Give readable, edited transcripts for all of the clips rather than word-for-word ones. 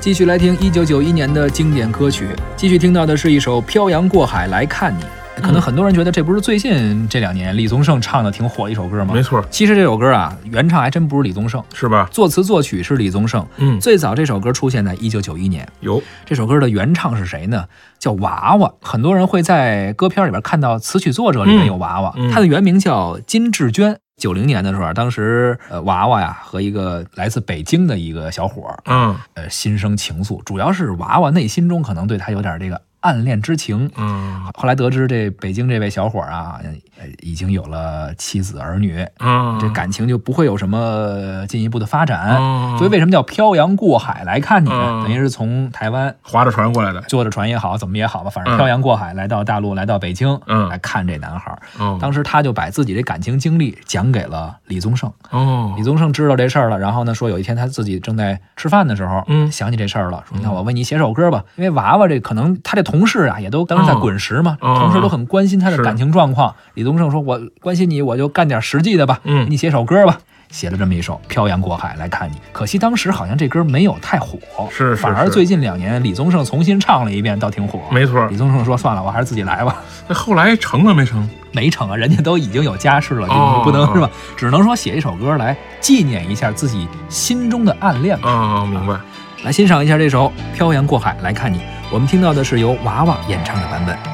继续来听1991年的经典歌曲，继续听到的是一首《漂洋过海来看你》。可能很多人觉得这不是最近这2年李宗盛唱的挺火的一首歌吗？ 没错， 其实这首歌啊，原唱还真不是李宗盛， 是吧？ 作词作曲是李宗盛。最早这首歌出现在1991年。这首歌的原唱是谁呢？叫娃娃。很多人会在歌片里边看到词曲作者里面有娃娃，他的原名叫金志娟。90年的时候，当时娃娃呀和一个来自北京的一个小伙心生情愫，主要是娃娃内心中可能对他有点这个暗恋之情。后来得知这北京这位小伙啊，已经有了妻子儿女，这感情就不会有什么进一步的发展。所以为什么叫漂洋过海来看你呢？等于是从台湾划着船过来的， 坐着船也好，怎么也好吧，反正漂洋过海来到大陆，来到北京，来看这男孩。当时他就把自己的感情经历讲给了李宗盛。李宗盛知道这事儿了，然后呢说有一天他自己正在吃饭的时候，想起这事儿了，说那我为你写首歌吧。因为娃娃这可能他这同事啊也都当时在滚石嘛，同事都很关心他的感情状况。李宗盛说我关心你，我就干点实际的吧，给你写首歌吧。写了这么一首《漂洋过海来看你》，可惜当时好像这歌没有太火，反而最近2年李宗盛重新唱了一遍，倒挺火。 没错，李宗盛说算了，我还是自己来吧。 那后来成了没成？ 没成啊，人家都已经有家室了，不能是吧？只能说写一首歌来纪念一下自己心中的暗恋吧。 明白。 来欣赏一下这首《漂洋过海来看你》，我们听到的是由娃娃演唱的版本。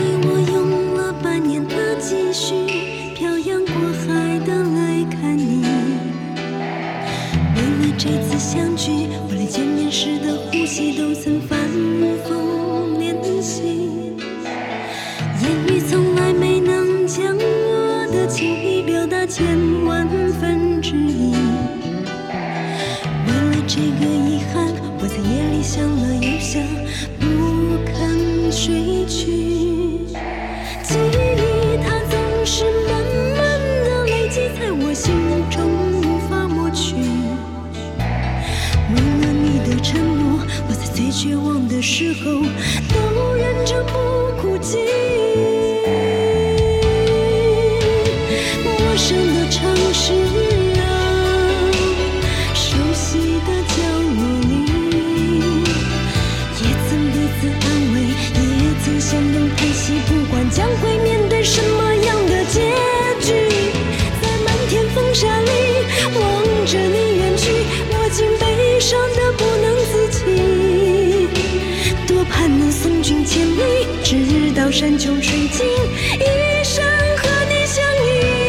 这次相聚，我连见面时的呼吸都曾反复练习，言语从来没能将我的情意表达1000万分之一。为了这个遗憾，我在夜里想了又想，不肯睡去。记忆它总是慢慢的累积在我心中，无法抹去。为了你的承诺，我在最绝望的时候都忍着不哭泣。陌生的城市啊，熟悉的角落里，也曾彼此安慰，也曾相拥叹息，不管将会面对什么样的结局。在漫天风沙里望着你远去，我竟悲伤得不能自己，多盼能送君千里，直到山穷水尽，一生和你相依。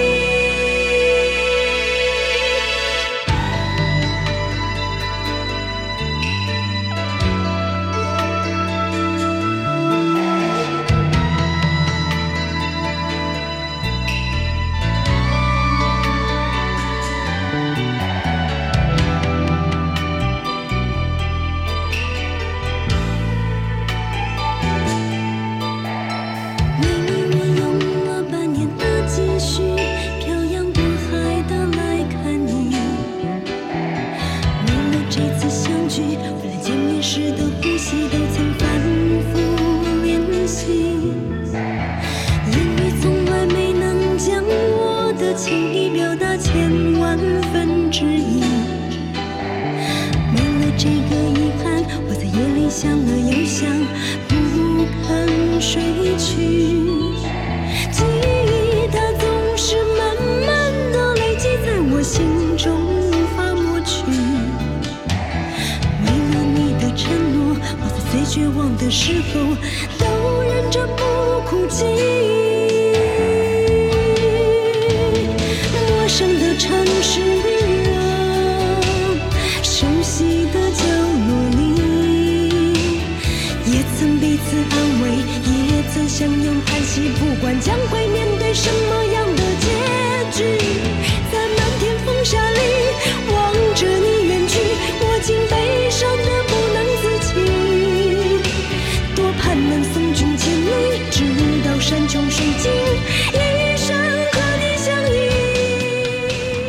情意表达1000万分之一。为了这个遗憾，我在夜里想了又想，不肯睡去。记忆它总是慢慢的累积在我心中，无法抹去。为了你的承诺，我在最绝望的时候都忍着不哭泣。陌生的城市啊，熟悉的角落里，也曾彼此安慰，也曾相拥叹息，不管将会面对什么样的结局。在漫天风沙里望着你远去，我竟悲伤得不能自己，多盼能送君千里，直到山穷水尽，一生和你相依。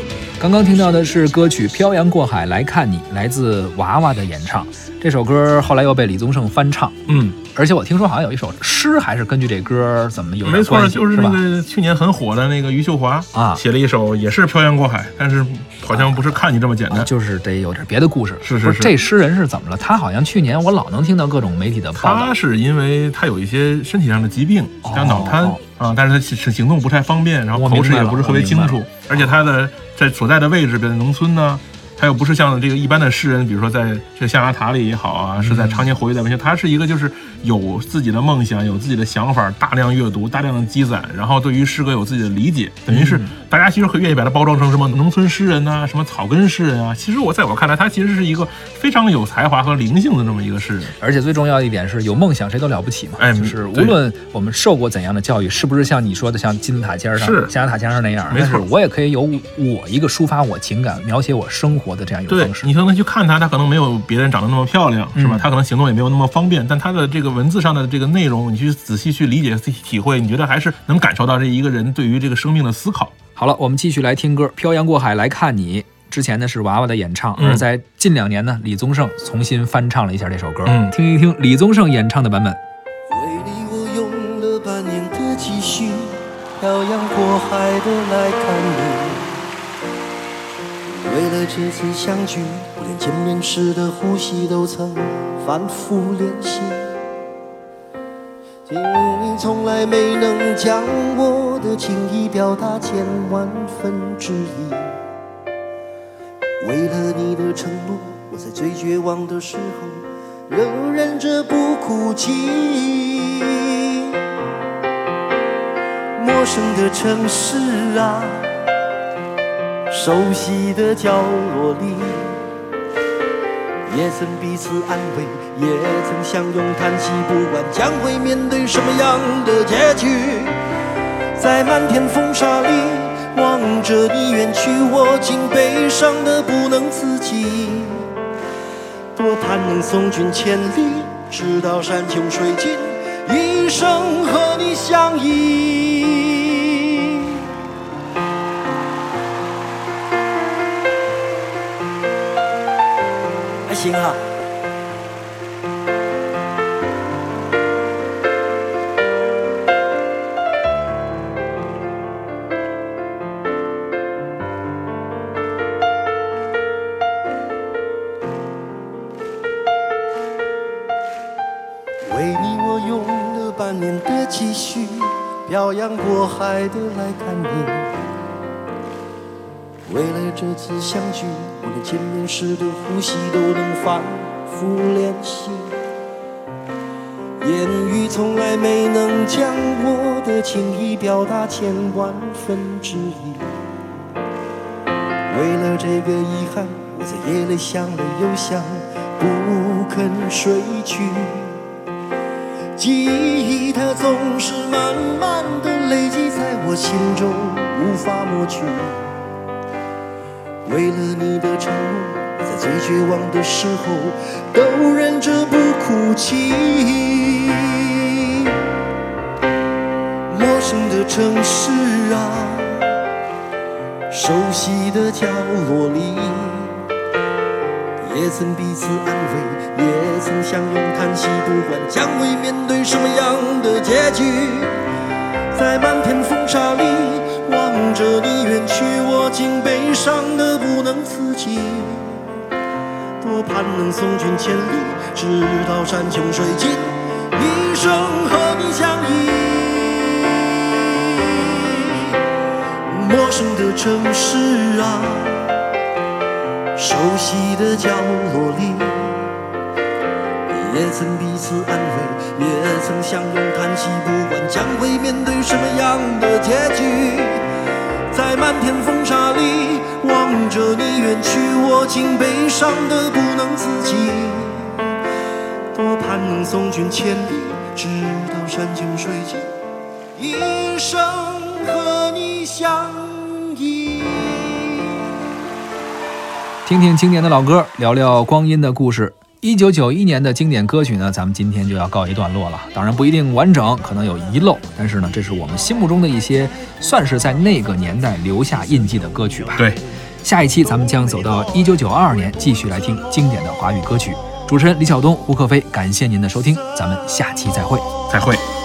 刚刚听到的是歌曲《漂洋过海来看你》，来自娃娃的演唱。这首歌后来又被李宗盛翻唱，而且我听说好像有一首诗还是根据这歌怎么有点关系， 没错，就是那个去年很火的那个余秀华写了一首也是漂洋过海，但是好像不是看你这么简单， 就是得有点别的故事。 是这诗人是怎么了？他好像去年我老能听到各种媒体的报道， 他是因为他有一些身体上的疾病，像脑瘫但是他行动不太方便，然后口齿也不是特别清楚，而且他的在所在的位置，比如农村呢。他又不是像这个一般的诗人，比如说在这象牙塔里也好啊，是在常年活跃在文学。他是一个就是有自己的梦想，有自己的想法，大量阅读，大量的积攒，然后对于诗歌有自己的理解，等于是大家其实会愿意把它包装成什么农村诗人啊，什么草根诗人啊。其实在我看来，他其实是一个非常有才华和灵性的这么一个诗人。 而且最重要一点是，有梦想谁都了不起嘛。就是无论我们受过怎样的教育，是不是像你说的像金字塔尖上、象牙塔尖上那样， 没错， 我也可以有我一个抒发我情感、描写我生活的这样一个方式。 你可能去看他可能没有别人长得那么漂亮，是吧？他可能行动也没有那么方便，但他的这个文字上的这个内容，你去仔细去理解、体会，你觉得还是能感受到这一个人对于这个生命的思考。 好了，我们继续来听歌，《漂洋过海来看你》。之前呢是娃娃的演唱，而在近2年呢，李宗盛重新翻唱了一下这首歌，听一听李宗盛演唱的版本。 为你我用了半年的积蓄，漂洋过海的来看你。为了这次相聚，我连见面时的呼吸都曾反复练习。你从来没能将我的情意表达千万分之一。为了你的承诺，我在最绝望的时候仍忍着不哭泣。陌生的城市啊，熟悉的角落里，也曾彼此安慰，也曾相拥叹息，不管将会面对什么样的结局。在漫天风沙里望着你远去，我竟悲伤得不能自己。多盼能送君千里，直到山穷水尽，一生和你相依。还行啊。为你我用了半年的积蓄，漂洋过海的来看你。为了这次相聚，我连见面时的呼吸都能反复练习。言语从来没能将我的情意表达千万分之一。为了这个遗憾，我在夜里想了又想，不肯睡去。记忆它总是慢慢地累积在我心中，无法抹去。为了你的承诺，我在最绝望的时候都忍着不哭泣。陌生的城市啊，熟悉的角落里，也曾彼此安慰，也曾相拥叹息，不管将会面对什么样的结局。在漫天风沙里望着你远去，我竟悲伤得不能自己。多盼能送君千里，直到山穷水尽，一生和你相依。陌生的城市啊，熟悉的角落里，也曾彼此安慰，也曾相拥叹息，不管将会面对什么样的结局。在漫天风沙里望着你远去，我竟悲伤得不能自己。多盼能送君千里，直到山穷水尽，一生和你相依。 听听经典的老歌，聊聊光阴的故事。1991年的经典歌曲呢，咱们今天就要告一段落了。当然不一定完整，可能有遗漏，但是呢，这是我们心目中的一些算是在那个年代留下印记的歌曲吧。 对， 下一期咱们将走到1992年，继续来听经典的华语歌曲。主持人李晓东、胡克飞，感谢您的收听，咱们下期再会。 再会。